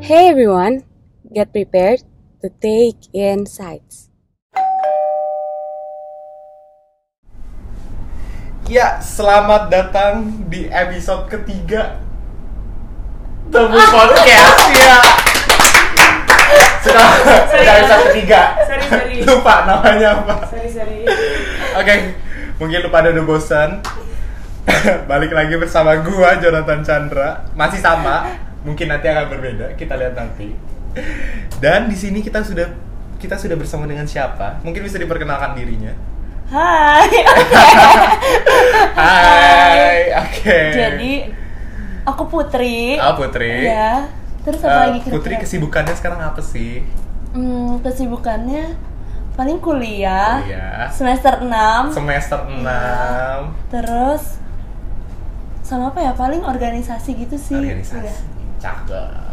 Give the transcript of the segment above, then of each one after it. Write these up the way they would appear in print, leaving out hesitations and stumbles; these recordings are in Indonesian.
Hey everyone, get prepared to take in sights. Ya, selamat datang di episode ketiga Tebu Podcast ya. Sudah episode ketiga. Sorry. Lupa namanya apa. Sorry. Oke, mungkin lu pada udah bosan. Balik lagi bersama gua Jonathan Chandra. Masih sama, mungkin nanti akan berbeda. Kita lihat nanti. Dan di sini kita sudah bersama dengan siapa? Mungkin bisa diperkenalkan dirinya. Hai. Hai. Oke. Jadi aku Putri. Oh, Putri. Ya. Terus apa lagi kira-kira? Putri kesibukannya sekarang apa sih? Kesibukannya paling kuliah. Semester 6. Terus sama apa ya? Paling organisasi gitu sih. Organisasi. Udah. Cakep.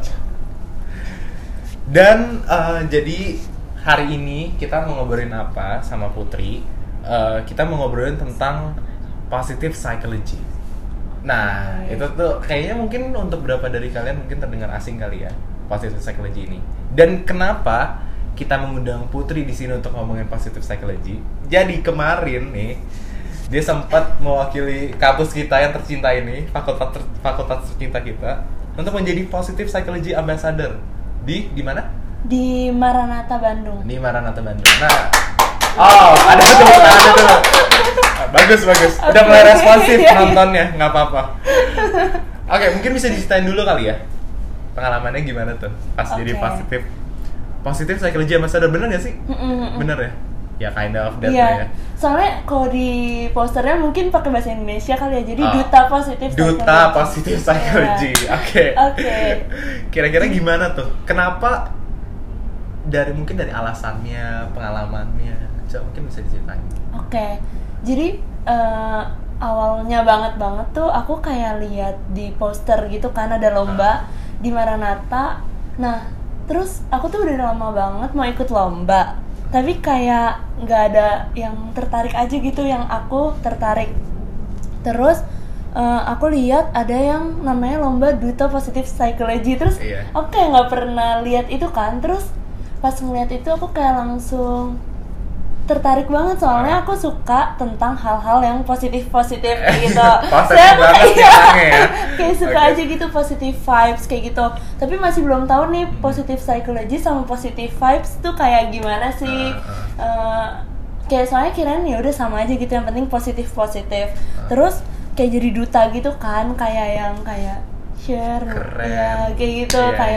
Dan jadi hari ini kita mau ngobrolin apa sama Putri? Kita mau ngobrolin tentang positive psychology. Nah, itu tuh kayaknya mungkin untuk beberapa dari kalian mungkin terdengar asing kali ya, positive psychology ini. Dan kenapa kita mengundang Putri di sini untuk ngomongin positive psychology? Jadi kemarin nih dia sempat mewakili kampus kita yang tercinta ini, fakultas tercinta kita, untuk menjadi positive psychology ambassador di mana? Di Maranatha Bandung. Di Maranatha Bandung. Nah, ada tepuk tangan dulu. Bagus. Udah mulai responsif nontonnya, nggak apa-apa. Oke, mungkin bisa diceritain dulu kali ya. Pengalamannya gimana tuh pas jadi positive psychology ambassador, bener nggak sih? Bener ya? Ya kind of that ya. Soalnya kalau di posternya mungkin pakai bahasa Indonesia kali ya. Jadi duta positive psychology. Oke. Kira-kira Hmm. gimana tuh? Kenapa? Mungkin dari alasannya, pengalamannya. Coba mungkin bisa diceritain. Oke. Jadi awalnya banget tuh aku kayak lihat di poster gitu kan ada lomba di Maranatha. Nah, terus aku tuh udah lama banget mau ikut lomba. Tapi kayak nggak ada yang tertarik aja gitu yang aku tertarik. Terus aku lihat ada yang namanya lomba Duta Positive Psychology. Terus aku kayak nggak pernah lihat itu kan. Terus pas ngeliat itu aku kayak langsung tertarik banget soalnya aku suka tentang hal-hal yang positif gitu. Positif banget ya. Kayak suka aja gitu positive vibes kayak gitu. Tapi masih belum tahu nih positive psychology sama positive vibes tuh kayak gimana sih. Kayak soalnya kirain ya udah sama aja gitu, yang penting positif. Terus kayak jadi duta gitu kan, kayak yang kayak share ya kayak gitu.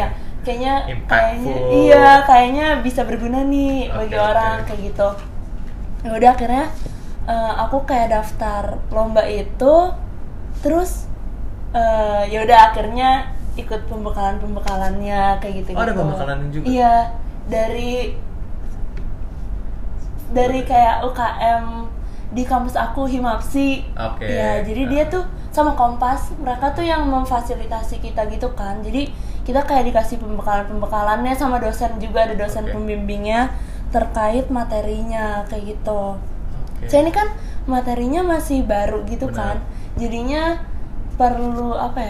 Kayaknya bisa berguna nih bagi orang kayak gitu. Ya udah akhirnya aku kayak daftar lomba itu, terus ya udah akhirnya ikut pembekalannya kayak gitu. Oh, ada pembekalannya juga? Iya, dari kayak UKM di kampus aku Himapsi. Ya, jadi dia tuh sama Kompas, mereka tuh yang memfasilitasi kita gitu kan. Jadi kita kayak dikasih pembekalannya sama dosen juga, ada dosen pembimbingnya terkait materinya kayak gitu. Saya ini kan materinya masih baru gitu. Benar. Kan, jadinya perlu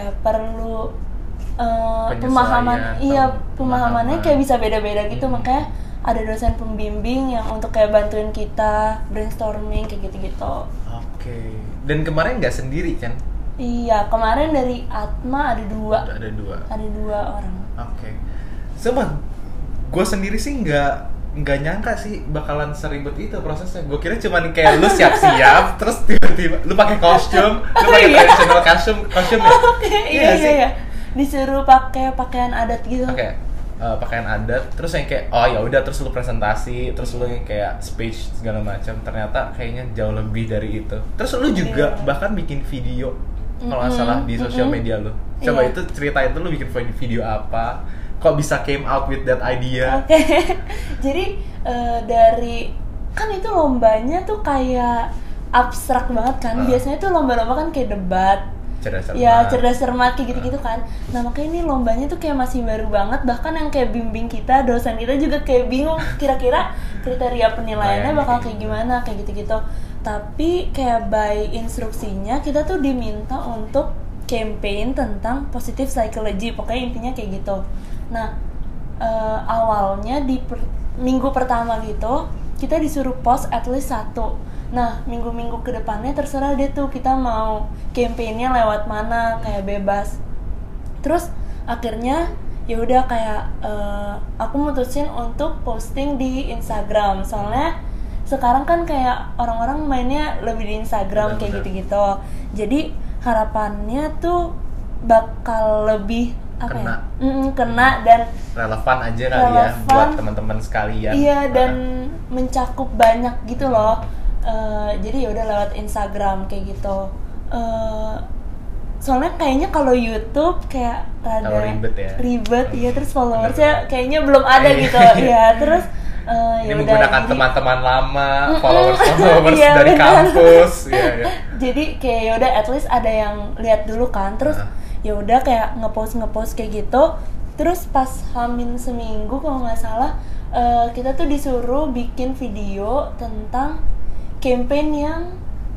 pemahamannya kayak bisa beda-beda gitu. Makanya ada dosen pembimbing yang untuk kayak bantuin kita brainstorming kayak gitu. Dan kemarin nggak sendiri kan? Iya, kemarin dari Atma ada dua orang. Sama gue sendiri sih nggak nyangka sih bakalan seribet itu prosesnya. Gue kira cuman kayak lu siap-siap terus tiba-tiba lu pakai kostum, lu pakai traditional kostum ya. Iya. Disuruh pakai pakaian adat gitu. Pakaian adat, terus yang kayak ya udah, terus lu presentasi, terus lu yang kayak speech segala macam. Ternyata kayaknya jauh lebih dari itu. Terus lu juga bahkan bikin video kalau nggak salah di sosial media lu. Coba itu ceritain tuh, lu bikin video apa? Kok bisa came out with that idea? Jadi dari kan itu lombanya tuh kayak abstrak banget kan. Biasanya tuh lomba-lomba kan kayak debat, cerdas cermat kayak gitu kan. Nah, makanya ini lombanya tuh kayak masih baru banget. Bahkan yang kayak bimbing kita, dosen kita juga kayak bingung kira-kira kriteria penilaiannya bakal kayak gimana kayak gitu. Tapi kayak by instruksinya kita tuh diminta untuk campaign tentang positive psychology, pokoknya intinya kayak gitu. Nah awalnya di minggu pertama gitu kita disuruh post at least 1. Nah minggu-minggu kedepannya terserah deh tuh kita mau campaignnya lewat mana, kayak bebas. Terus akhirnya ya udah kayak aku mutusin untuk posting di Instagram, soalnya sekarang kan kayak orang-orang mainnya lebih di Instagram kayak gitu-gitu. Jadi harapannya tuh bakal lebih Kena. kena dan Relevan aja kali ya buat teman-teman sekalian. Iya, dan mencakup banyak gitu loh. Jadi ya udah lewat Instagram kayak gitu. Soalnya kayaknya kalau YouTube kayak rada ribet ya, terus followersnya kayaknya belum ada gitu ya. Terus ini menggunakan teman-teman lama, followers iya, dari kampus. Iya. Jadi kayak ya udah at least ada yang lihat dulu kan. Terus ya udah kayak ngepost kayak gitu. Terus pas Hamin seminggu kalau nggak salah kita tuh disuruh bikin video tentang campaign yang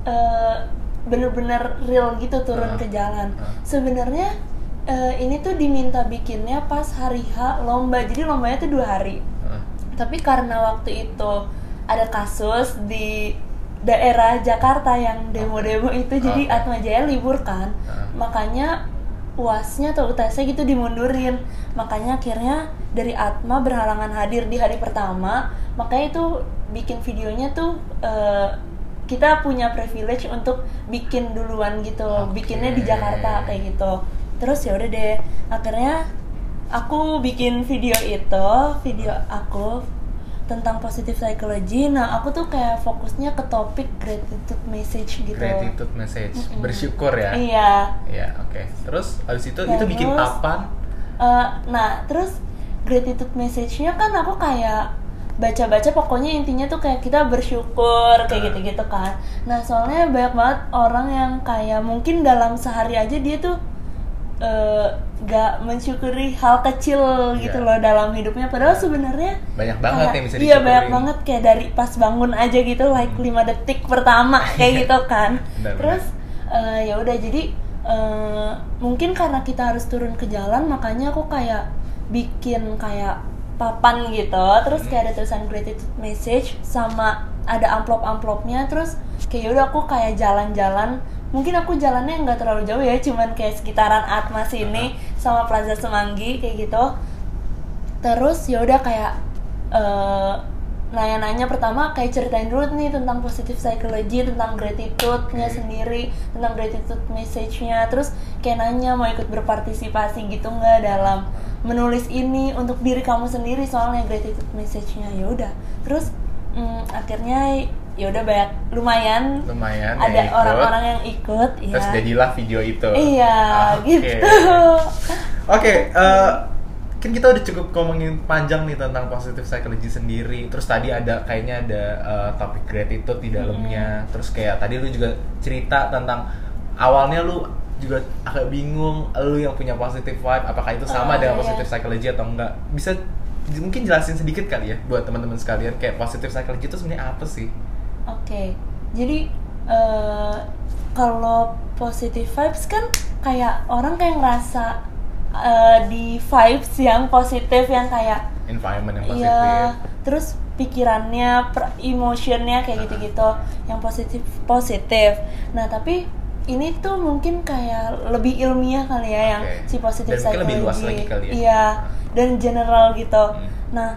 bener-bener real gitu, turun ke jalan. Sebenarnya ini tuh diminta bikinnya pas hari H lomba, jadi lombanya tuh 2 hari. Tapi karena waktu itu ada kasus di daerah Jakarta yang demo-demo itu, jadi Atma Jaya libur kan, makanya UAS-nya atau UTS-nya gitu dimundurin. Makanya akhirnya dari Atma berhalangan hadir di hari pertama, makanya itu bikin videonya tuh kita punya privilege untuk bikin duluan gitu, bikinnya di Jakarta kayak gitu. Terus ya udah deh, akhirnya aku bikin video aku tentang positive psychology. Nah aku tuh kayak fokusnya ke topik gratitude message gitu. Gratitude message, bersyukur ya. Iya, oke. Terus habis itu bikin apa? Nah terus gratitude message-nya kan aku kayak baca-baca, pokoknya intinya tuh kayak kita bersyukur kayak gitu-gitu kan. Nah soalnya banyak banget orang yang kayak mungkin dalam sehari aja dia tuh gak mensyukuri hal kecil gitu loh dalam hidupnya, padahal sebenarnya banyak banget yang bisa disyukuri. Iya banyak banget, kayak dari pas bangun aja gitu, like 5 detik pertama kayak gitu kan. Terus ya udah, jadi mungkin karena kita harus turun ke jalan, makanya aku kayak bikin kayak papan gitu, terus kayak ada tulisan gratitude message sama ada amplop-amplopnya. Terus kayak udah aku kayak jalan-jalan, mungkin aku jalannya nggak terlalu jauh ya, cuman kayak sekitaran Atma sini sama Plaza Semanggi kayak gitu. Terus ya udah kayak nanya-nanya, pertama kayak ceritain dulu nih tentang positive psychology, tentang gratitude-nya sendiri, tentang gratitude message-nya. Terus kayak nanya mau ikut berpartisipasi gitu nggak dalam menulis ini untuk diri kamu sendiri, soalnya gratitude message-nya. Ya udah, terus akhirnya ya udah banyak, lumayan ada orang-orang yang ikut. Terus jadilah video itu. Iya, gitu. Oke, kan kita udah cukup ngomongin panjang nih tentang positive psychology sendiri. Terus tadi kayaknya ada topik gratitude di dalamnya. Terus kayak tadi lu juga cerita tentang awalnya lu juga agak bingung, lu yang punya positive vibe, apakah itu sama dengan positive psychology atau enggak. Bisa mungkin jelasin sedikit kali ya buat teman-teman sekalian, kayak positive psychology itu sebenarnya apa sih? Oke, jadi kalau positive vibes kan kayak orang kayak ngerasa di vibes yang positif, yang kayak environment yang positif. Iya, terus pikirannya, emotionnya kayak gitu-gitu, yang positif. Nah tapi ini tuh mungkin kayak lebih ilmiah kali ya, yang si positive psychology. Dan mungkin lebih luas lagi kali ya. Iya, dan general gitu. Nah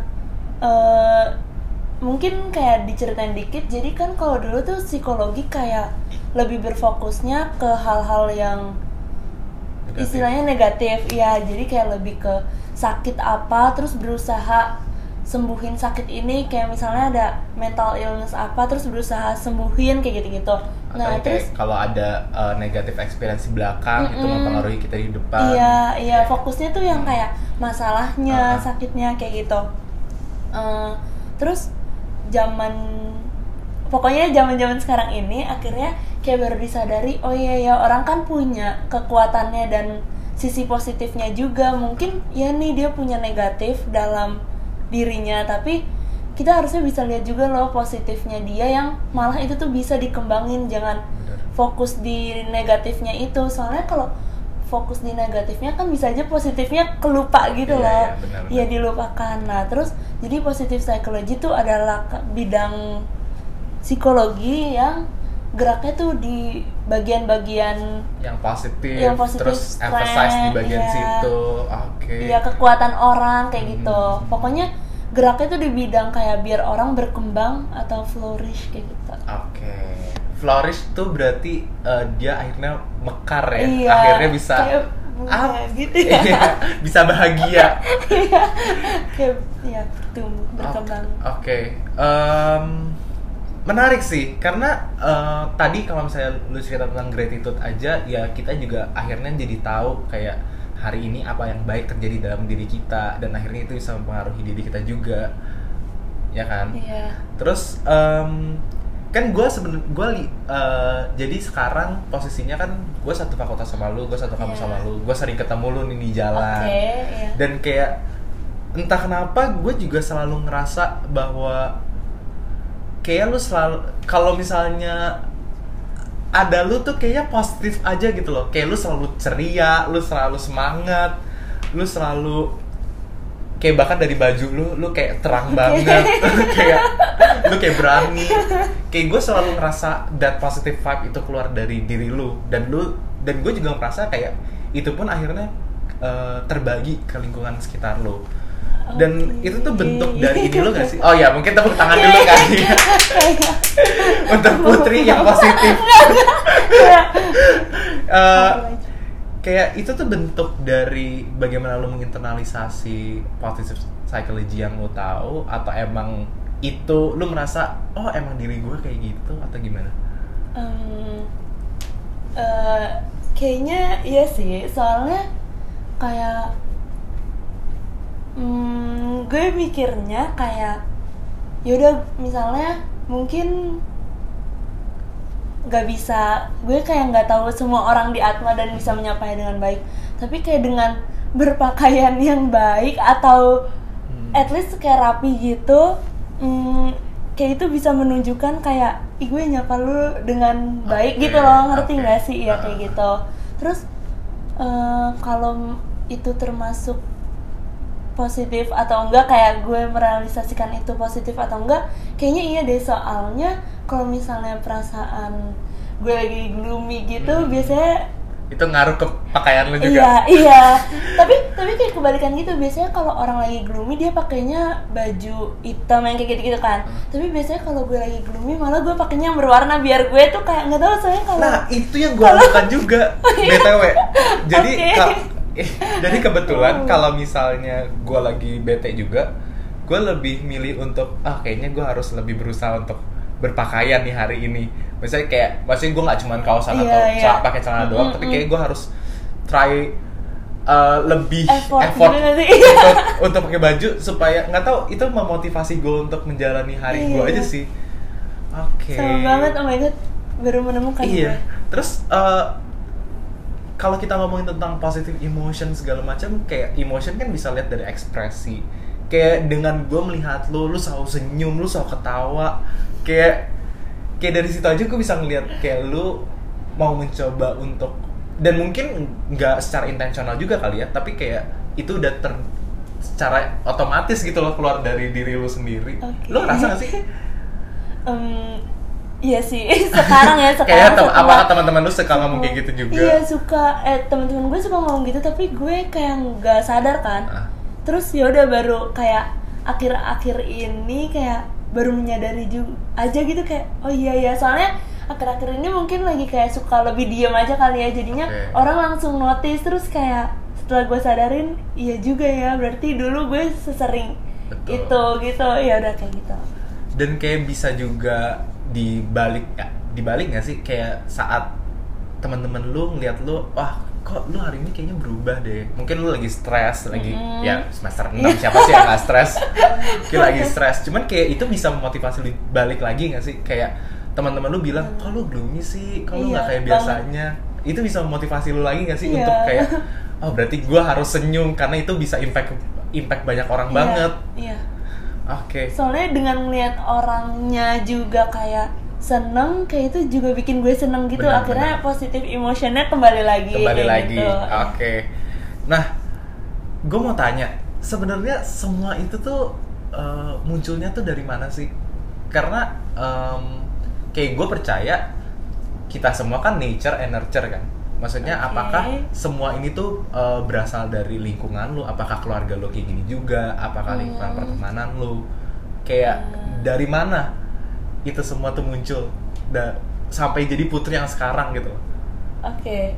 mungkin kayak diceritain dikit. Jadi kan kalau dulu tuh psikologi kayak lebih berfokusnya ke hal-hal yang istilahnya negatif ya, jadi kayak lebih ke sakit apa terus berusaha sembuhin sakit ini, kayak misalnya ada mental illness apa terus berusaha sembuhin kayak gitu-gitu. Nah terus kalau ada negative experience di belakang itu mempengaruhi kita di depan. Iya, fokusnya tuh yang kayak masalahnya, sakitnya kayak gitu. Terus pokoknya zaman sekarang ini akhirnya kayak baru disadari, oh iya ya, orang kan punya kekuatannya dan sisi positifnya juga. Mungkin ya nih dia punya negatif dalam dirinya, tapi kita harusnya bisa lihat juga loh positifnya dia, yang malah itu tuh bisa dikembangin, jangan fokus di negatifnya itu. Soalnya kalau fokus di negatifnya kan bisa aja positifnya kelupa gitu Iya, loh. iya, benar-benar. Iya, dilupakan. Nah, terus jadi positive psychology itu adalah bidang psikologi yang geraknya tuh di bagian-bagian yang positif, Yang positif, terus emphasize di bagian iya. situ. Oke. ya kekuatan orang kayak gitu. Pokoknya geraknya tuh di bidang kayak biar orang berkembang atau flourish kayak gitu. Oke. Flourish tuh berarti dia akhirnya mekar ya. Iya, Akhirnya bisa kayak bunga gitu ya. Iya, bisa bahagia. Iya, kayak ya tumbuh berkembang. Oke. Menarik sih karena tadi kalau misalnya lu cerita tentang gratitude aja ya kita juga akhirnya jadi tahu kayak hari ini apa yang baik terjadi dalam diri kita dan akhirnya itu bisa mempengaruhi diri kita juga, ya kan? Iya. Terus kan gue jadi sekarang posisinya kan gue satu fakultas sama lu, gue satu kampus Iya. sama lu, gue sering ketemu lu nih di jalan. Oke, iya. Dan kayak entah kenapa gue juga selalu ngerasa bahwa kayak lu selalu kalau misalnya ada lu tuh kayaknya positif aja gitu loh. Kayak lu selalu ceria, lu selalu semangat, lu selalu kayak bahkan dari baju lu kayak terang banget. Lu kayak berani. Kayak gue selalu ngerasa that positive vibe itu keluar dari diri lu dan gue juga merasa kayak itu pun akhirnya terbagi ke lingkungan sekitar lu. Dan itu tuh bentuk dari ini lo gak sih? Oh ya, mungkin tepuk tangan dulu kali ya. Untuk Putri yang positif. Kayak itu tuh bentuk dari bagaimana lo menginternalisasi positive psychology yang lo tahu, atau emang itu lo merasa oh emang diri gue kayak gitu atau gimana? Kayaknya iya sih, soalnya kayak gue mikirnya kayak yaudah misalnya mungkin nggak bisa, gue kayak nggak tahu semua orang di Atma dan bisa menyapanya dengan baik, tapi kayak dengan berpakaian yang baik atau at least kayak rapi gitu, kayak itu bisa menunjukkan kayak ih gue nyapa lu dengan baik gitu loh, ngerti nggak sih? Iya kayak gitu. Terus kalau itu termasuk positif atau enggak, kayak gue merealisasikan itu positif atau enggak, kayaknya iya deh. Soalnya kalau misalnya perasaan gue lagi gloomy gitu, biasanya itu ngaruh ke pakaian lu juga. Iya. Tapi kayak kebalikan gitu. Biasanya kalau orang lagi gloomy dia pakainya baju hitam yang kayak gitu-gitu kan. Tapi biasanya kalau gue lagi gloomy malah gue pakainya yang berwarna biar gue tuh kayak nggak tahu, soalnya kalau Nah, itu yang gue lakukan juga, BTW. Jadi jadi kebetulan kalau misalnya gue lagi bete juga, gue lebih milih untuk kayaknya gue harus lebih berusaha untuk berpakaian nih hari ini. Maksudnya gue nggak cuma kaosan atau pakai celana doang, tapi kayak gue harus try lebih effort untuk pakai baju supaya nggak tahu itu memotivasi gue untuk menjalani hari gue aja sih. Oke. Sama banget, oh my god, baru menemukan Iya. gue. Terus kalau kita ngomongin tentang positive emotion segala macam, kayak emotion kan bisa lihat dari ekspresi. Kayak dengan gue melihat lu selalu senyum, lu selalu ketawa, kayak dari situ aja gue bisa ngelihat kayak lu mau mencoba untuk, dan mungkin nggak secara intensional juga kali ya, tapi kayak itu udah secara otomatis gitu loh keluar dari diri lu sendiri. Okay. Lu ngerasa nggak sih? Iya sih, sekarang Kayak apakah teman-teman lu suka ngomong kayak gitu juga? Iya suka, teman-teman gue suka ngomong gitu, tapi gue kayak nggak sadar kan. Terus ya udah baru kayak akhir-akhir ini kayak baru menyadari juga aja gitu, kayak oh iya, soalnya akhir-akhir ini mungkin lagi kayak suka lebih diam aja kali ya, jadinya orang langsung notice, terus kayak setelah gue sadarin iya juga ya, berarti dulu gue sesering itu gitu, ya udah kayak gitu. Dan kayak bisa juga dibalik nggak sih, kayak saat teman-teman lu ngeliat lu, wah kok lu hari ini kayaknya berubah deh, mungkin lu lagi stres, lagi ya semester 6 siapa sih yang nggak stres, kayak lagi stres, cuman kayak itu bisa memotivasi lu balik lagi nggak sih, kayak teman-teman lu bilang kok lu gloomy sih, kok lu nggak kayak biasanya, itu bisa memotivasi lu lagi nggak sih untuk kayak oh berarti gue harus senyum karena itu bisa impact banyak orang banget. Iya. Oke. Soalnya dengan melihat orangnya juga kayak seneng, kayak itu juga bikin gue seneng gitu. Benar, Akhirnya benar. positif emotionnya kembali lagi Kembali kayak lagi. gitu. Oke. Nah, gue mau tanya, sebenarnya semua itu tuh munculnya tuh dari mana sih? Karena kayak gue percaya kita semua kan nature and nurture kan. Maksudnya Oke. apakah semua ini tuh berasal dari lingkungan lu? Apakah keluarga lu kayak gini juga? Apakah lingkungan pertemanan lu? Kayak dari mana itu semua tuh muncul sampai jadi Putri yang sekarang gitu? Oke,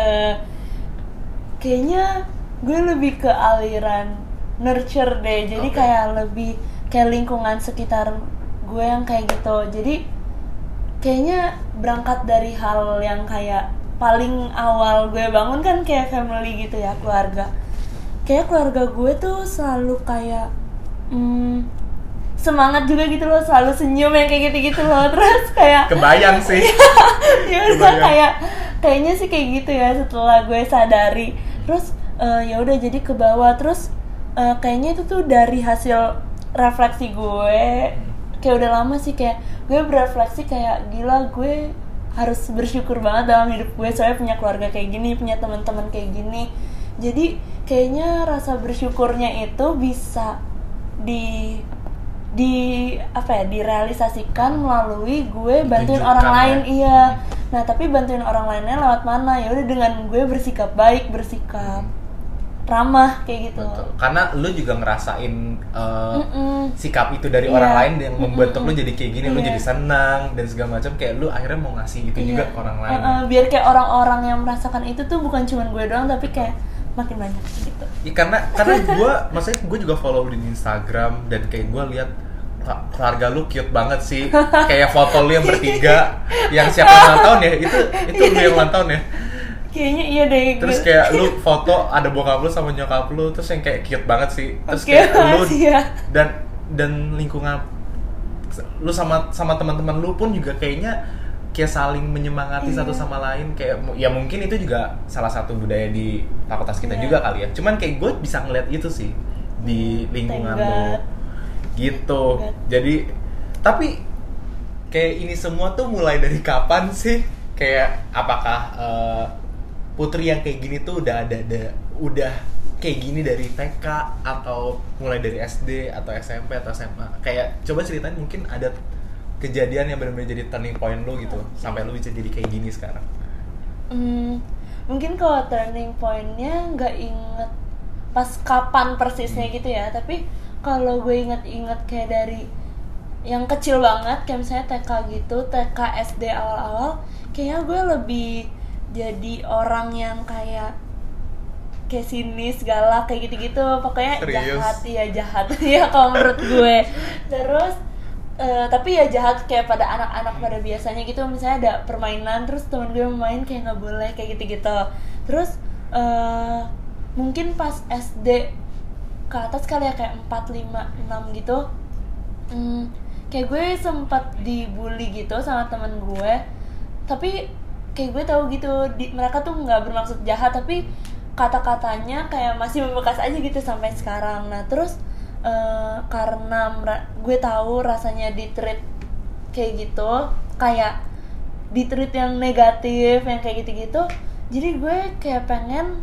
kayaknya gue lebih ke aliran nurture deh. Jadi Oke. kayak lebih kayak lingkungan sekitar gue yang kayak gitu. Jadi kayaknya berangkat dari hal yang kayak paling awal gue bangun kan kayak family gitu ya, keluarga. Kayak keluarga gue tuh selalu kayak semangat juga gitu loh, selalu senyum yang kayak gitu-gitu loh. Terus kayak Kebayang sih. ya udah kayaknya sih kayak gitu ya setelah gue sadari. Terus ya udah jadi ke bawah. Terus kayaknya itu tuh dari hasil refleksi gue. Kayak udah lama sih kayak gue berefleksi kayak gila, gue harus bersyukur banget dalam hidup gue soalnya punya keluarga kayak gini, punya teman-teman kayak gini. Jadi kayaknya rasa bersyukurnya itu bisa direalisasikan melalui gue bantuin Ditunjukkan orang ya. lain. Iya. Nah, tapi bantuin orang lainnya lewat mana? Ya udah dengan gue bersikap baik, bersikap ramah kayak gitu. Betul. Karena lu juga ngerasain sikap itu dari orang Iya. lain yang membentuk lu jadi kayak gini, lu Iya. jadi senang dan segala macam, kayak lu akhirnya mau ngasih itu juga Iya. ke orang lain. Biar kayak orang-orang yang merasakan itu tuh bukan cuma gue doang, tapi kayak makin banyak gitu. Ya, karena gue maksudnya gue juga follow di Instagram dan kayak gue lihat keluarga lu cute banget sih. Kayak foto lu yang bertiga yang siapa yang ulang tahun ya? Itu lu yang ulang tahun ya? Kayaknya iya deh. Terus kayak lu foto ada bokap lu sama nyokap lu, terus yang kayak cute banget sih. Terus Oke, kayak lu makasih ya. dan lingkungan lu sama teman-teman lu pun juga kayaknya kayak saling menyemangati satu sama lain. Kayak ya mungkin itu juga salah satu budaya di fakultas kita Iya. juga kali ya. Cuman kayak gue bisa ngeliat itu sih di lingkungan Thank lu. God. Gitu. Thank God. Jadi tapi kayak ini semua tuh mulai dari kapan sih? Kayak apakah Putri yang kayak gini tuh udah kayak gini dari TK atau mulai dari SD atau SMP atau SMA? Kayak coba ceritain, mungkin ada kejadian yang benar-benar jadi turning point lu gitu sampai lu bisa jadi kayak gini sekarang. Mungkin kalau turning point-nya nggak inget pas kapan persisnya gitu ya, tapi kalau gue inget-inget kayak dari yang kecil banget, kayak misalnya TK gitu, TK SD awal-awal, kayaknya gue lebih jadi orang yang kayak sinis, galak, kayak gitu-gitu. Pokoknya Serius? jahat ya kalau menurut gue. Terus tapi ya jahat kayak pada anak-anak pada biasanya gitu. Misalnya ada permainan, terus temen gue main kayak nggak boleh, kayak gitu-gitu. Terus mungkin pas SD ke atas kali ya, kayak 4, 5, 6 gitu, kayak gue sempat dibully gitu sama temen gue. Tapi kayak gue tahu gitu mereka tuh nggak bermaksud jahat, tapi kata-katanya kayak masih membekas aja gitu sampai sekarang. Nah terus karena gue tahu rasanya di-treat kayak gitu, kayak di-treat yang negatif, yang kayak gitu-gitu, jadi gue kayak pengen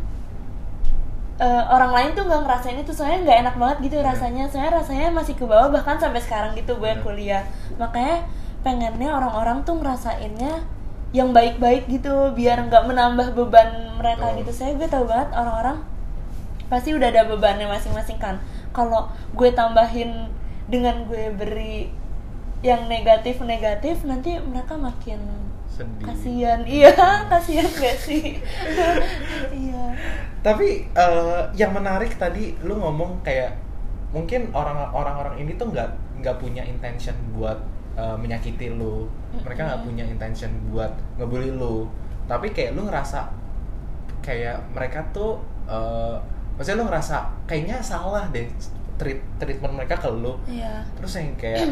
orang lain tuh nggak ngerasain itu, soalnya nggak enak banget gitu rasanya. Soalnya rasanya masih ke bawah bahkan sampai sekarang gitu gue kuliah. Makanya pengennya orang-orang tuh ngerasainnya yang baik-baik gitu, biar nggak menambah beban mereka gitu. Saya gue tahu banget orang-orang pasti udah ada bebannya masing-masing kan. Kalau gue tambahin dengan gue beri yang negatif-negatif, nanti mereka makin Sedih. kasihan. Iya, kasihan gak sih? Iya. Tapi yang menarik tadi lu ngomong kayak mungkin orang-orang ini tuh nggak punya intention buat menyakiti lu. Mereka nggak punya intention buat ngebully lu. Tapi kayak lu ngerasa kayak mereka tuh maksudnya lu ngerasa kayaknya salah deh treatment mereka ke lu. Iya. Terus yang kayak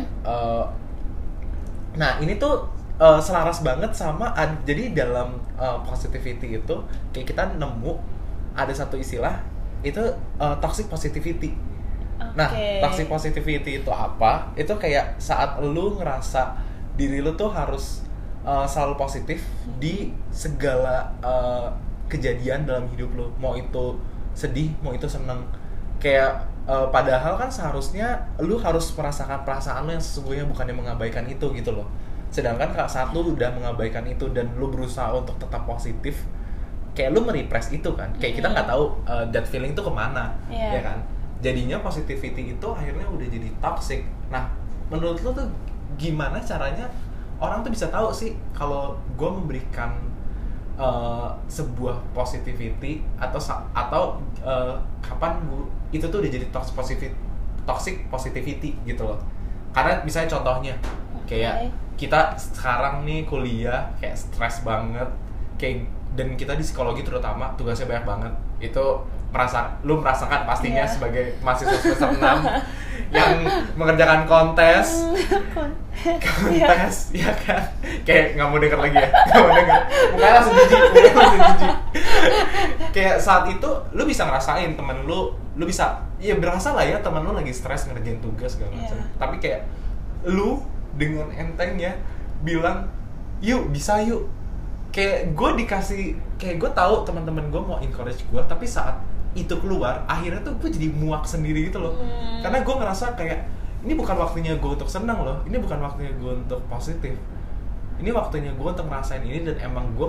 nah ini tuh selaras banget sama jadi dalam positivity itu kayak kita nemu ada satu istilah itu toxic positivity. Nah, toxic positivity itu apa? Itu kayak saat lu ngerasa diri lu tuh harus selalu positif di segala kejadian dalam hidup lu, mau itu sedih, mau itu seneng. Kayak padahal kan seharusnya lu harus merasakan perasaan lu yang sesungguhnya, bukan yang mengabaikan itu gitu loh. Sedangkan saat lu udah mengabaikan itu dan lu berusaha untuk tetap positif, kayak lu merepress itu kan, kayak kita nggak tahu that feeling tuh kemana, ya kan. Jadinya positivity itu akhirnya udah jadi toxic. Nah, menurut lu tuh gimana caranya orang tuh bisa tahu sih kalau gue memberikan sebuah positivity atau kapan itu tuh udah jadi toxic positivity gitu loh. Karena misalnya contohnya kayak kita sekarang nih kuliah kayak stres banget, kayak, dan kita di psikologi terutama tugasnya banyak banget. Itu lu merasakan pastinya sebagai mahasiswa semester 6 yang mengerjakan kontes ya kan, kayak nggak mau denger lagi ya, nggak mau denger, mukanya langsung jijik. Kayak saat itu lu bisa ngerasain temen lu bisa ya berasa lah ya temen lu lagi stres ngerjain tugas segala macam, tapi kayak lu dengan entengnya bilang yuk bisa yuk. Kayak gue dikasih, kayak gue tahu teman-teman gue mau encourage gue, tapi saat itu keluar akhirnya tuh gue jadi muak sendiri gitu loh. Karena gue ngerasa kayak ini bukan waktunya gue untuk senang loh, ini bukan waktunya gue untuk positif, ini waktunya gue untuk ngerasain ini. Dan emang gue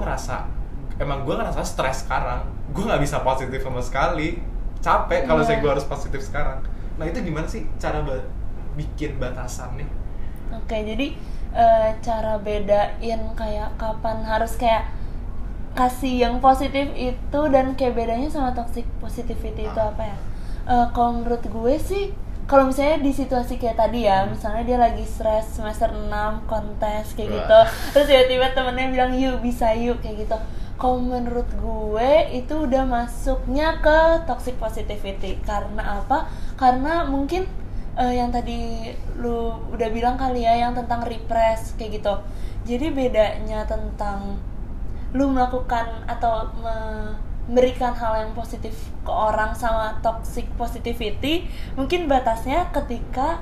ngerasa stres sekarang, gue nggak bisa positif sama sekali, capek kalau saya gue harus positif sekarang. Nah itu gimana sih cara bikin batasannya? Oke, jadi cara bedain kayak kapan harus kayak kasih yang positif itu dan kayak bedanya sama toxic positivity itu apa ya? Kalau menurut gue sih, kalau misalnya di situasi kayak tadi ya, misalnya dia lagi stres semester 6 kontes kayak gitu, terus tiba-tiba temennya bilang yuk bisa yuk kayak gitu. Kalau menurut gue itu udah masuknya ke toxic positivity. Karena apa? Karena mungkin yang tadi lu udah bilang kali ya, yang tentang repress kayak gitu. Jadi bedanya tentang lu melakukan atau memberikan hal yang positif ke orang sama toxic positivity, mungkin batasnya ketika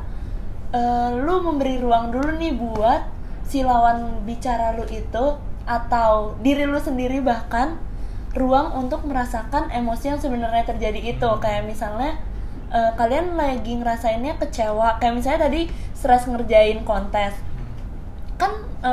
lu memberi ruang dulu nih buat si lawan bicara lu itu atau diri lu sendiri bahkan ruang untuk merasakan emosi yang sebenarnya terjadi itu. Kayak misalnya kalian lagi ngerasainnya kecewa, kayak misalnya tadi stres ngerjain kontes kan,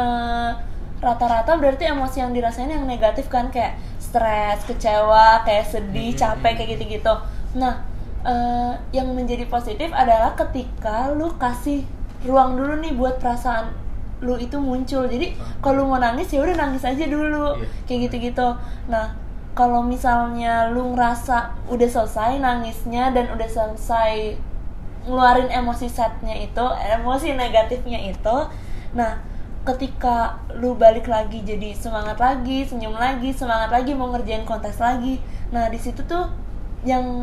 rata-rata berarti emosi yang dirasain yang negatif kan, kayak stres, kecewa, kayak sedih, capek, kayak gitu-gitu. Nah yang menjadi positif adalah ketika lu kasih ruang dulu nih buat perasaan lu itu muncul. Jadi kalau lu mau nangis ya udah nangis aja dulu, kayak gitu-gitu. Nah kalau misalnya lu ngerasa udah selesai nangisnya dan udah selesai ngeluarin emosi setnya itu, emosi negatifnya itu, nah ketika lu balik lagi jadi semangat lagi, senyum lagi, semangat lagi mau ngerjain kontes lagi. Nah di situ tuh yang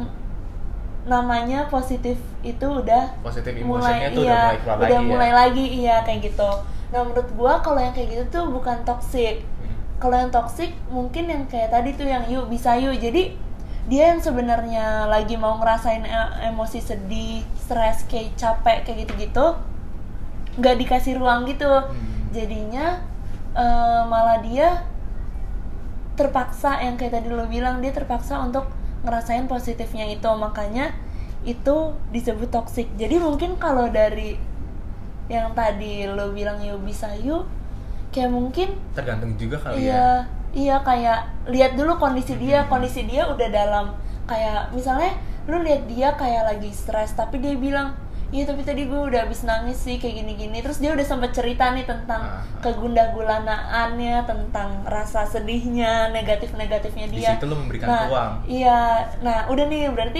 namanya positif itu udah positif mulai, emotionnya tuh udah mulai lagi kayak gitu. Nah menurut gua kalau yang kayak gitu tuh bukan toxic. Kalau yang toxic mungkin yang kayak tadi tuh yang yuk bisa yuk. Jadi dia yang sebenarnya lagi mau ngerasain emosi sedih, stres, kayak capek, kayak gitu-gitu, nggak dikasih ruang gitu. Jadinya malah dia terpaksa, yang kayak tadi lo bilang, dia terpaksa untuk ngerasain positifnya itu. Makanya itu disebut toxic. Jadi mungkin kalau dari yang tadi lo bilang yuk bisa yuk, kayak mungkin tergantung juga kali ya. Iya kayak lihat dulu kondisi dia udah dalam, kayak misalnya lu lihat dia kayak lagi stres tapi dia bilang iya tapi tadi gue udah habis nangis sih kayak gini-gini, terus dia udah sempat cerita nih tentang kegundah-gulanaannya, tentang rasa sedihnya, negatifnya dia. Di situ lu memberikan ruang. Iya, nah udah nih berarti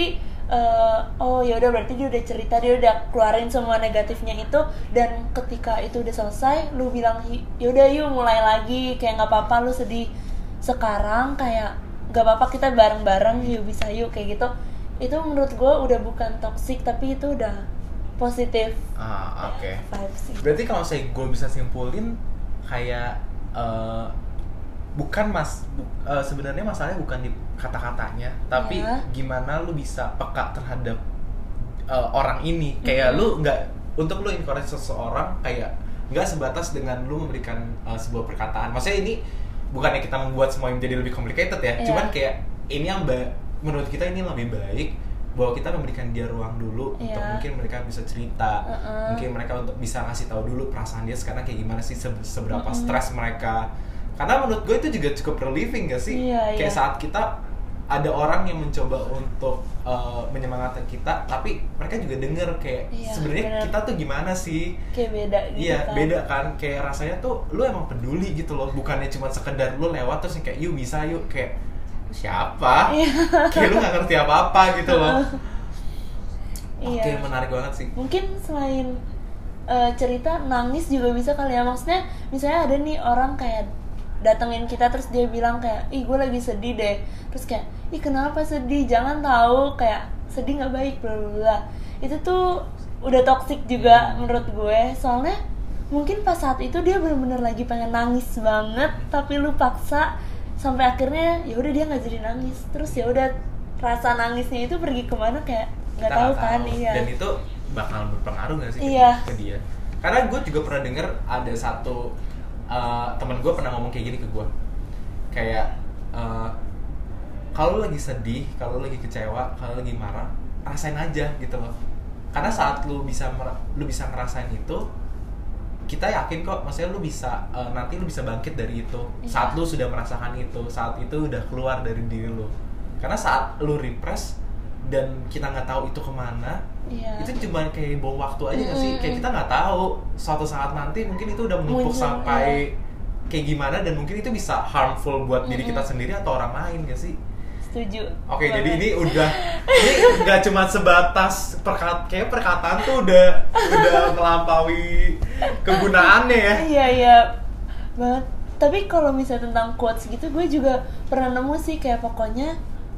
oh ya udah berarti dia udah cerita, dia udah keluarin semua negatifnya itu. Dan ketika itu udah selesai, lu bilang yaudah yuk mulai lagi, kayak nggak apa-apa lu sedih sekarang, kayak nggak apa-apa kita bareng-bareng yuk bisa yuk kayak gitu. Itu menurut gue udah bukan toxic tapi itu udah positif. Oke. Vibes sih. Berarti kalau gue bisa simpulin kayak bukan sebenarnya masalahnya bukan di kata-katanya, tapi gimana lu bisa peka terhadap orang ini. Kayak lu nggak, untuk lu encourage seseorang, kayak nggak sebatas dengan lu memberikan sebuah perkataan. Maksudnya ini bukannya kita membuat semua menjadi lebih complicated ya, cuman kayak ini yang menurut kita ini lebih baik bahwa kita memberikan dia ruang dulu untuk mungkin mereka bisa cerita, mungkin mereka untuk bisa ngasih tahu dulu perasaan dia sekarang kayak gimana sih, seberapa stres mereka. Karena menurut gue itu juga cukup relieving gak sih? Kayak saat kita ada orang yang mencoba untuk menyemangati kita, tapi mereka juga denger kayak sebenarnya kita tuh gimana sih? Kayak beda gitu. Iya, beda kan. Kayak rasanya tuh lu emang peduli gitu loh, bukannya cuma sekedar lu lewat terus kayak yuk bisa yuk, kayak siapa? Kayak lu gak ngerti apa-apa gitu loh. Oke, menarik banget sih. Mungkin selain cerita, nangis juga bisa kali ya. Maksudnya misalnya ada nih orang kayak datengin kita terus dia bilang kayak, ih gue lagi sedih deh. Terus kayak, ih kenapa sedih? Jangan tahu, kayak sedih gak baik, bla bla bla. Itu tuh udah toxic juga menurut gue. Soalnya mungkin pas saat itu dia benar-benar lagi pengen nangis banget, tapi lu paksa sampai akhirnya ya udah dia nggak jadi nangis. Terus ya udah rasa nangisnya itu pergi kemana kayak nggak tahu kan. Dan itu bakal berpengaruh nggak sih ke dia? Karena gue juga pernah denger ada satu teman gue pernah ngomong kayak gini ke gue, kayak kalau lagi sedih, kalau lagi kecewa, kalau lagi marah, rasain aja gitu loh. Karena saat lu bisa ngerasain itu, kita yakin kok, maksudnya lu bisa nanti lu bisa bangkit dari itu. Saat lu sudah merasakan itu, saat itu udah keluar dari diri lu. Karena saat lu repress dan kita nggak tahu itu kemana, itu cuma kayak bom waktu aja nggak sih? Kayak kita nggak tahu suatu saat nanti mungkin itu udah menumpuk sampai kayak gimana, dan mungkin itu bisa harmful buat diri kita sendiri atau orang lain nggak sih? Setuju. Oke, jadi ini nggak cuma sebatas kayak perkataan tuh udah melampaui kegunaannya ya. Iya banget. Tapi kalau misalnya tentang quotes gitu, gue juga pernah nemu sih kayak pokoknya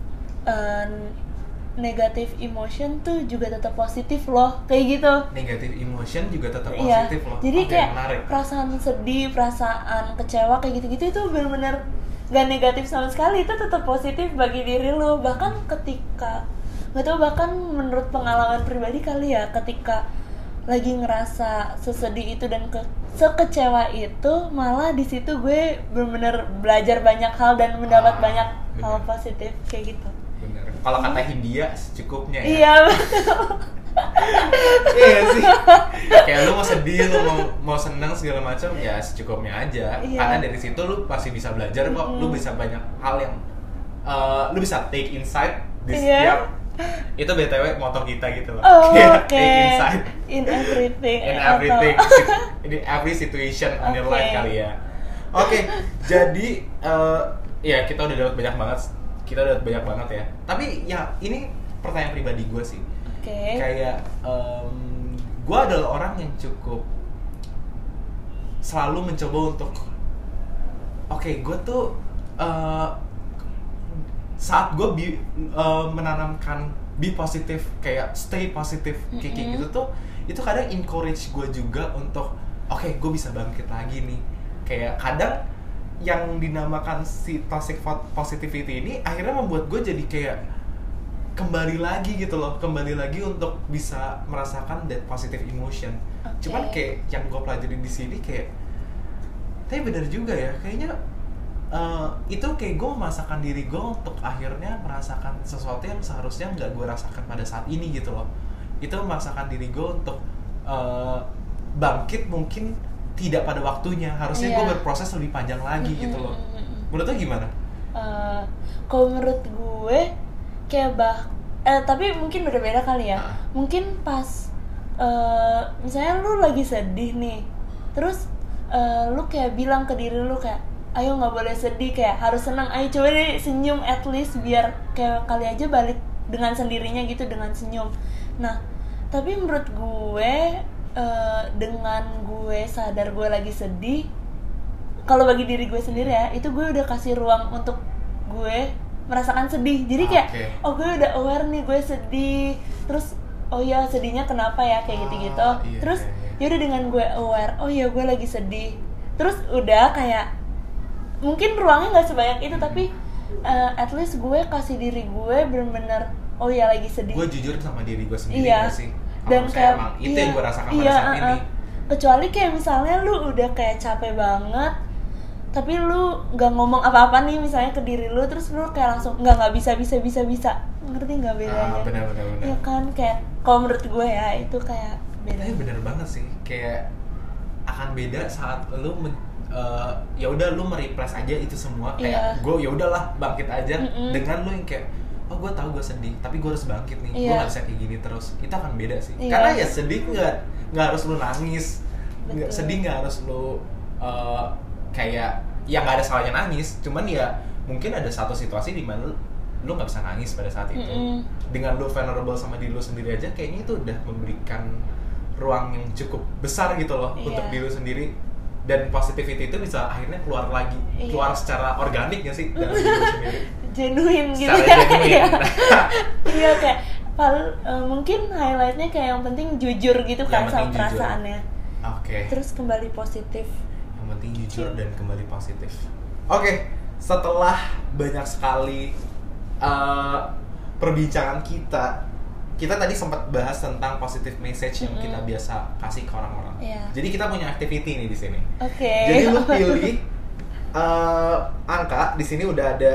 negative emotion tuh juga tetap positif loh, kayak gitu. Negative emotion juga tetap positif loh. Jadi kayak perasaan sedih, perasaan kecewa kayak gitu-gitu itu benar-benar gak negatif sama sekali, itu tetap positif bagi diri lo. Bahkan ketika nggak tahu, bahkan menurut pengalaman pribadi kali ya, ketika lagi ngerasa sesedih itu dan sekecewa itu, malah di situ gue benar-benar belajar banyak hal dan mendapat banyak hal positif kayak gitu. Bener. Kalau kata Hindia secukupnya ya. Iya betul. Iya sih. Kayak lu mau sedih, lu mau senang segala macam ya secukupnya aja. Karena dari situ lu pasti bisa belajar kok. Lu bisa banyak hal yang lu bisa take insight di setiap. Itu BTW moto kita gitu loh. Take insight in everything. In every situation in your life kali ya. Oke, jadi ya kita udah dapat banyak banget ya. Tapi ya ini pertanyaan pribadi gue sih. Kayak gue adalah orang yang cukup selalu mencoba untuk gue tuh saat gue menanamkan be positif, kayak stay positif kayak gitu tuh, itu kadang encourage gue juga untuk gue bisa bangkit lagi nih. Kayak kadang yang dinamakan si toxic positivity ini akhirnya membuat gue jadi kayak kembali lagi untuk bisa merasakan that positive emotion. Cuman kayak yang gue pelajarin di sini kayak, tapi benar juga ya, kayaknya itu kayak gue memaksakan diri gue untuk akhirnya merasakan sesuatu yang seharusnya nggak gue rasakan pada saat ini gitu loh. Itu memaksakan diri gue untuk bangkit mungkin tidak pada waktunya, harusnya gue berproses lebih panjang lagi gitu loh. Menurut lo gimana? Kalau menurut gue kayak tapi mungkin beda-beda kali ya. Mungkin pas misalnya lu lagi sedih nih, terus lu kayak bilang ke diri lu kayak, ayo nggak boleh sedih, kayak harus senang, ayo coba deh senyum at least, biar kayak kali aja balik dengan sendirinya gitu, dengan senyum. Nah tapi menurut gue dengan gue sadar gue lagi sedih, kalau bagi diri gue sendiri ya, itu gue udah kasih ruang untuk gue merasakan sedih. Jadi kayak gue udah aware nih gue sedih, terus sedihnya kenapa ya, kayak gitu-gitu. Terus yaudah dengan gue aware, gue lagi sedih, terus udah kayak mungkin ruangnya nggak sebanyak itu, tapi at least gue kasih diri gue bener-bener lagi sedih. Gue jujur sama diri gue sendiri sih. Dan kayak itu yang gue rasakan pada saat ini. Kecuali kayak misalnya lu udah kayak capek banget, tapi lu nggak ngomong apa-apa nih misalnya ke diri lu, terus lu kayak langsung nggak bisa, ngerti nggak bedanya? Benar. Ya kan, kayak kalau menurut gue ya itu kayak beda. Bener banget sih, kayak akan beda saat lu ya udah lu mereplace aja itu semua kayak gue ya udahlah bangkit aja dengan lu yang kayak oh gue tahu gue sedih tapi gue harus bangkit nih, gue nggak bisa kayak gini terus. Itu akan beda sih, karena ya sedih nggak harus lu nangis, sedih nggak harus lu kayak ya nggak ada salahnya nangis, cuman ya mungkin ada satu situasi di mana lu nggak bisa nangis pada saat itu. Dengan lu vulnerable sama diri lu sendiri aja, kayaknya itu udah memberikan ruang yang cukup besar gitu loh untuk diri lu sendiri, dan positivity itu bisa akhirnya keluar lagi, keluar secara organik ya sih dari diri lu sendiri. Genuine gitu secara ya. Genuine. Iya kayak mungkin highlightnya kayak yang penting jujur gitu kan sama perasaannya. Oke. Terus kembali positif. Yang penting jujur dan kembali positif. Oke, setelah banyak sekali perbincangan kita tadi sempat bahas tentang positive message yang kita biasa kasih ke orang-orang. Jadi kita punya activity nih di sini. Jadi lu pilih angka di sini udah ada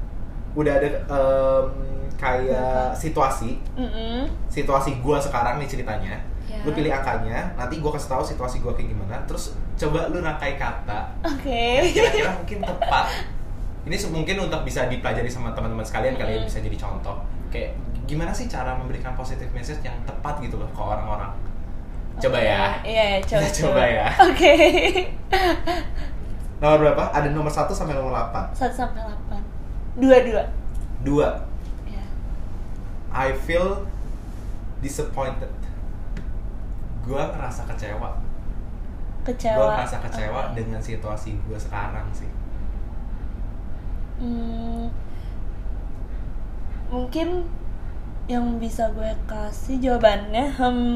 kayak situasi gua sekarang nih ceritanya. Lu pilih angkanya, nanti gua kasih tahu situasi gua kayak gimana. Terus coba lu rangkai kata. Yang kira-kira mungkin tepat. Ini mungkin untuk bisa dipelajari sama teman-teman sekalian kali ya, bisa jadi contoh. Kayak gimana sih cara memberikan positive message yang tepat gitu loh ke orang-orang. Coba ya. Iya, coba ya. Oke. Nomor berapa? Ada nomor 1 sampai nomor 8. 1 sampai 8. 2. Yeah. I feel disappointed. Gua ngerasa kecewa. Gua ngerasa kecewa dengan situasi gua sekarang sih. Mungkin yang bisa gue kasih jawabannya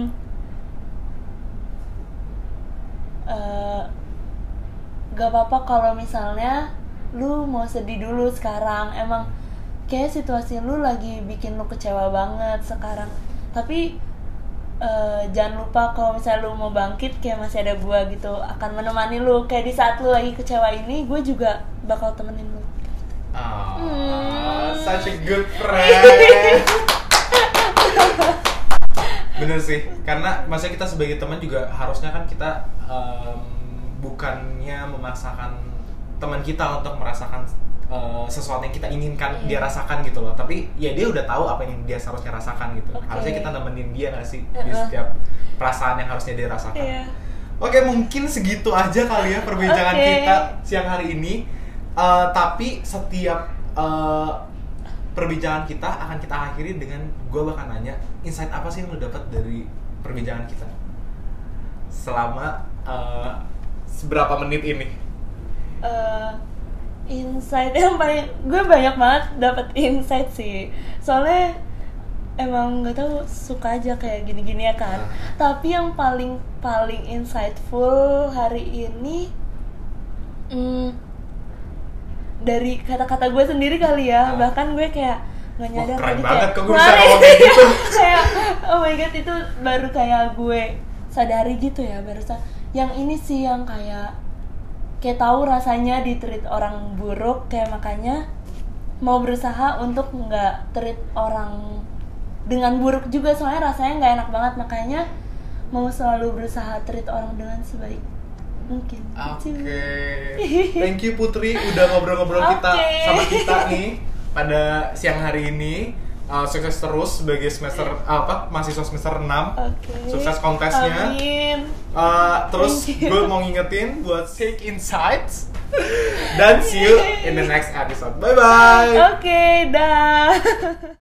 gak apa-apa kalau misalnya lu mau sedih dulu sekarang, emang kayak situasi lu lagi bikin lu kecewa banget sekarang, tapi jangan lupa kalau misalnya lu mau bangkit, kayak masih ada gua gitu akan menemani lu, kayak di saat lu lagi kecewa ini gue juga bakal temenin lu. Such a good friend. Bener sih, karena maksudnya kita sebagai teman juga harusnya kan kita bukannya memaksakan teman kita untuk merasakan sesuatu yang kita inginkan dia rasakan gitu loh, tapi ya dia udah tahu apa yang dia seharusnya rasakan gitu. Harusnya kita nemenin dia nggak sih di setiap perasaan yang harusnya dia rasakan. Oke, mungkin segitu aja kali ya perbincangan kita siang hari ini. Tapi setiap perbincangan kita akan kita akhiri dengan gue bakal nanya insight apa sih yang lo dapat dari perbincangan kita selama seberapa menit ini. Insight yang paling gue banyak banget dapat insight sih, soalnya emang nggak tahu suka aja kayak gini-gini ya kan. Tapi yang paling insightful hari ini dari kata-kata gue sendiri kali ya. Bahkan gue kayak nggak nyadar keren tadi banget kayak kok gue bisa ngomong kayak gitu. Kayak oh my god, itu baru kayak gue sadari gitu ya barusan. Yang ini sih yang kayak tahu rasanya di-treat orang buruk, kayak makanya mau berusaha untuk nggak treat orang dengan buruk juga, soalnya rasanya nggak enak banget, makanya mau selalu berusaha treat orang dengan sebaik mungkin. Thank you Putri udah ngobrol-ngobrol sama kita nih pada siang hari ini. Sukses terus sebagai mahasiswa semester 6. Sukses kontesnya. Amin. Terus gue mau ngingetin buat take insights dan see you in the next episode. Bye bye. Dah.